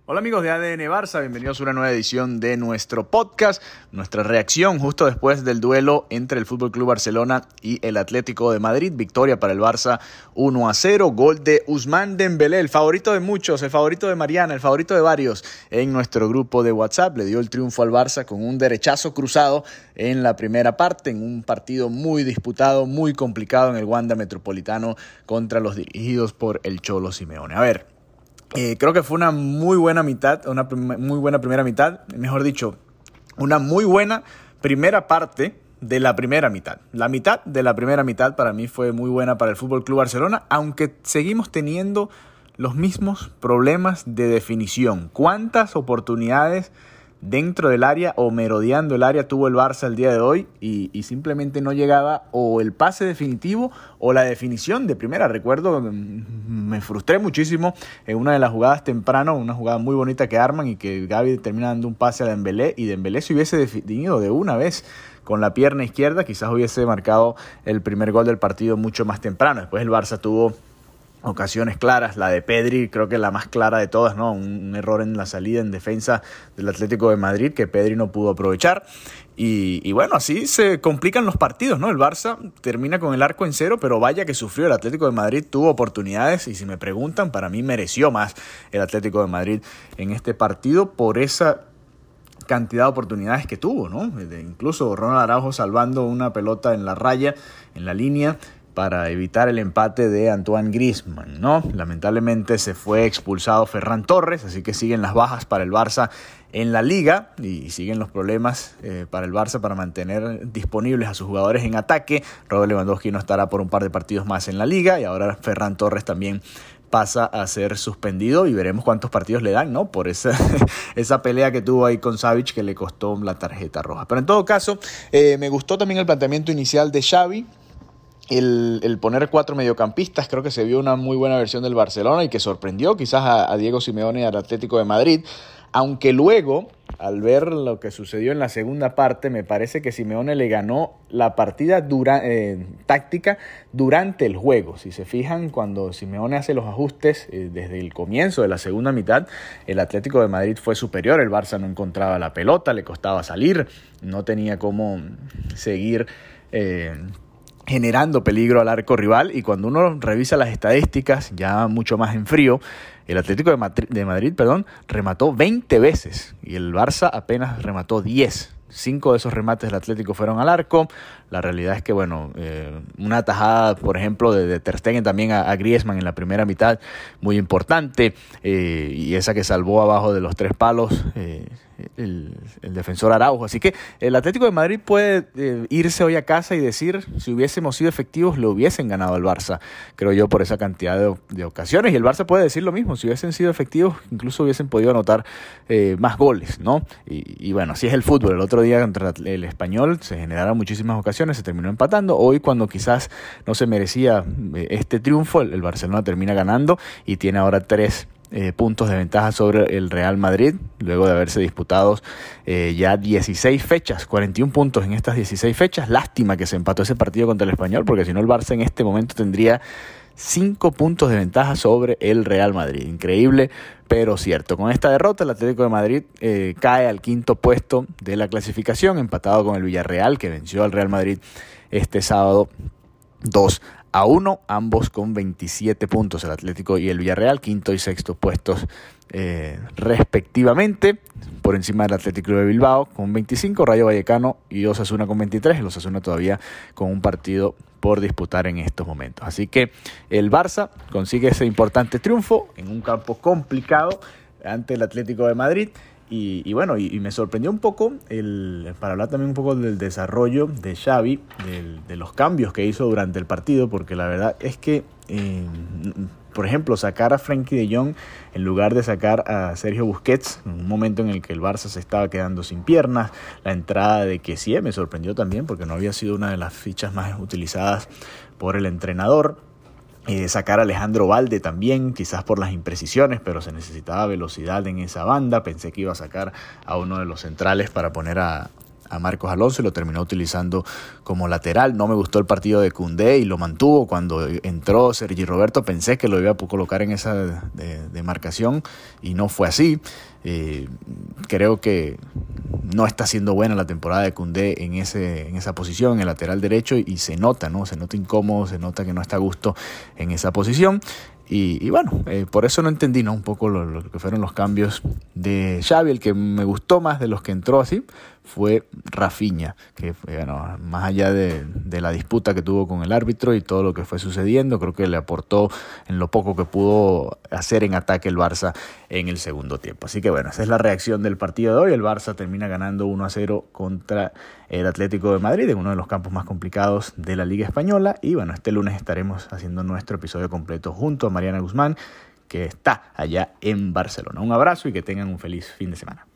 Hola amigos de ADN Barça, bienvenidos a una nueva edición de nuestro podcast, nuestra reacción justo después del duelo entre el FC Barcelona y el Atlético de Madrid, victoria para el Barça 1-0, gol de Ousmane Dembélé, el favorito de muchos, el favorito de Mariana, el favorito de varios en nuestro grupo de WhatsApp, le dio el triunfo al Barça con un derechazo cruzado en la primera parte, en un partido muy disputado, muy complicado en el Wanda Metropolitano contra los dirigidos por el Cholo Simeone. A ver, creo que fue una muy buena mitad, una muy buena primera mitad, mejor dicho, una muy buena primera parte de la primera mitad. La mitad de la primera mitad para mí fue muy buena para el FC Barcelona, aunque seguimos teniendo los mismos problemas de definición. ¿Cuántas oportunidades dentro del área o merodeando el área tuvo el Barça el día de hoy y simplemente no llegaba o el pase definitivo o la definición de primera? Recuerdo, me frustré muchísimo en una de las jugadas temprano, una jugada muy bonita que arman y que Gavi termina dando un pase a Dembélé, y Dembélé se hubiese definido de una vez con la pierna izquierda, quizás hubiese marcado el primer gol del partido mucho más temprano. Después el Barça tuvo ocasiones claras, la de Pedri creo que la más clara de todas, ¿no? Un error en la salida en defensa del Atlético de Madrid que Pedri no pudo aprovechar y bueno, así se complican los partidos, ¿no? El Barça termina con el arco en cero, pero vaya que sufrió el Atlético de Madrid, tuvo oportunidades y si me preguntan, para mí mereció más el Atlético de Madrid en este partido por esa cantidad de oportunidades que tuvo, ¿no? Incluso Ronald Araujo salvando una pelota en la raya, en la línea, para evitar el empate de Antoine Griezmann, ¿no? Lamentablemente se fue expulsado Ferran Torres, así que siguen las bajas para el Barça en la Liga y siguen los problemas para el Barça para mantener disponibles a sus jugadores en ataque. Robert Lewandowski no estará por un par de partidos más en la Liga y ahora Ferran Torres también pasa a ser suspendido y veremos cuántos partidos le dan, ¿no? Por esa pelea que tuvo ahí con Savic que le costó la tarjeta roja. Pero en todo caso, me gustó también el planteamiento inicial de Xavi. El poner 4 mediocampistas, creo que se vio una muy buena versión del Barcelona y que sorprendió quizás a Diego Simeone y al Atlético de Madrid, aunque luego, al ver lo que sucedió en la segunda parte, me parece que Simeone le ganó la partida táctica durante el juego. Si se fijan, cuando Simeone hace los ajustes desde el comienzo de la segunda mitad, el Atlético de Madrid fue superior, el Barça no encontraba la pelota, le costaba salir, no tenía cómo seguir generando peligro al arco rival, y cuando uno revisa las estadísticas ya mucho más en frío, el Atlético de Madrid remató 20 veces y el Barça apenas remató 10. 5 de esos remates del Atlético fueron al arco. La realidad es que, una atajada, por ejemplo, de Ter Stegen también a Griezmann en la primera mitad, muy importante, y esa que salvó abajo de los 3 palos el defensor Araujo. Así que el Atlético de Madrid puede irse hoy a casa y decir, si hubiésemos sido efectivos, le hubiesen ganado al Barça, creo yo, por esa cantidad de ocasiones. Y el Barça puede decir lo mismo, si hubiesen sido efectivos, incluso hubiesen podido anotar más goles, ¿no? Y bueno, así es el fútbol. El otro día contra el Español se generaron muchísimas ocasiones, se terminó empatando. Hoy, cuando quizás no se merecía este triunfo, el Barcelona termina ganando y tiene ahora 3 puntos de ventaja sobre el Real Madrid, luego de haberse disputado ya 16 fechas, 41 puntos en estas 16 fechas. Lástima que se empató ese partido contra el Español, porque si no el Barça en este momento tendría 5 puntos de ventaja sobre el Real Madrid. Increíble, pero cierto. Con esta derrota, el Atlético de Madrid cae al 5º puesto de la clasificación, empatado con el Villarreal, que venció al Real Madrid este sábado 2-1, ambos con 27 puntos, el Atlético y el Villarreal, 5º y 6º puestos respectivamente, por encima del Atlético de Bilbao con 25, Rayo Vallecano y Osasuna con 23, el Osasuna todavía con un partido por disputar en estos momentos. Así que el Barça consigue ese importante triunfo en un campo complicado ante el Atlético de Madrid. Y me sorprendió un poco, para hablar también un poco del desarrollo de Xavi, de los cambios que hizo durante el partido, porque la verdad es que, por ejemplo, sacar a Frenkie de Jong en lugar de sacar a Sergio Busquets, en un momento en el que el Barça se estaba quedando sin piernas, la entrada de Kessie me sorprendió también, porque no había sido una de las fichas más utilizadas por el entrenador. Sacar a Alejandro Balde también, quizás por las imprecisiones, pero se necesitaba velocidad en esa banda. Pensé que iba a sacar a uno de los centrales para poner a a Marcos Alonso y lo terminó utilizando como lateral. No me gustó el partido de Koundé y lo mantuvo. Cuando entró Sergi Roberto pensé que lo iba a colocar en esa demarcación y no fue así. Creo que no está siendo buena la temporada de Koundé en esa posición, en el lateral derecho, y se nota, ¿no? Se nota incómodo, se nota que no está a gusto en esa posición. Y bueno, por eso no entendí, ¿no? Un poco lo que fueron los cambios de Xavi. El que me gustó más de los que entró así fue Rafinha, que bueno, más allá de la disputa que tuvo con el árbitro y todo lo que fue sucediendo, creo que le aportó en lo poco que pudo hacer en ataque el Barça en el segundo tiempo. Así que bueno, esa es la reacción del partido de hoy. El Barça termina ganando 1-0 contra el Atlético de Madrid en uno de los campos más complicados de la Liga Española. Y bueno, este lunes estaremos haciendo nuestro episodio completo junto a Mariana Guzmán, que está allá en Barcelona. Un abrazo y que tengan un feliz fin de semana.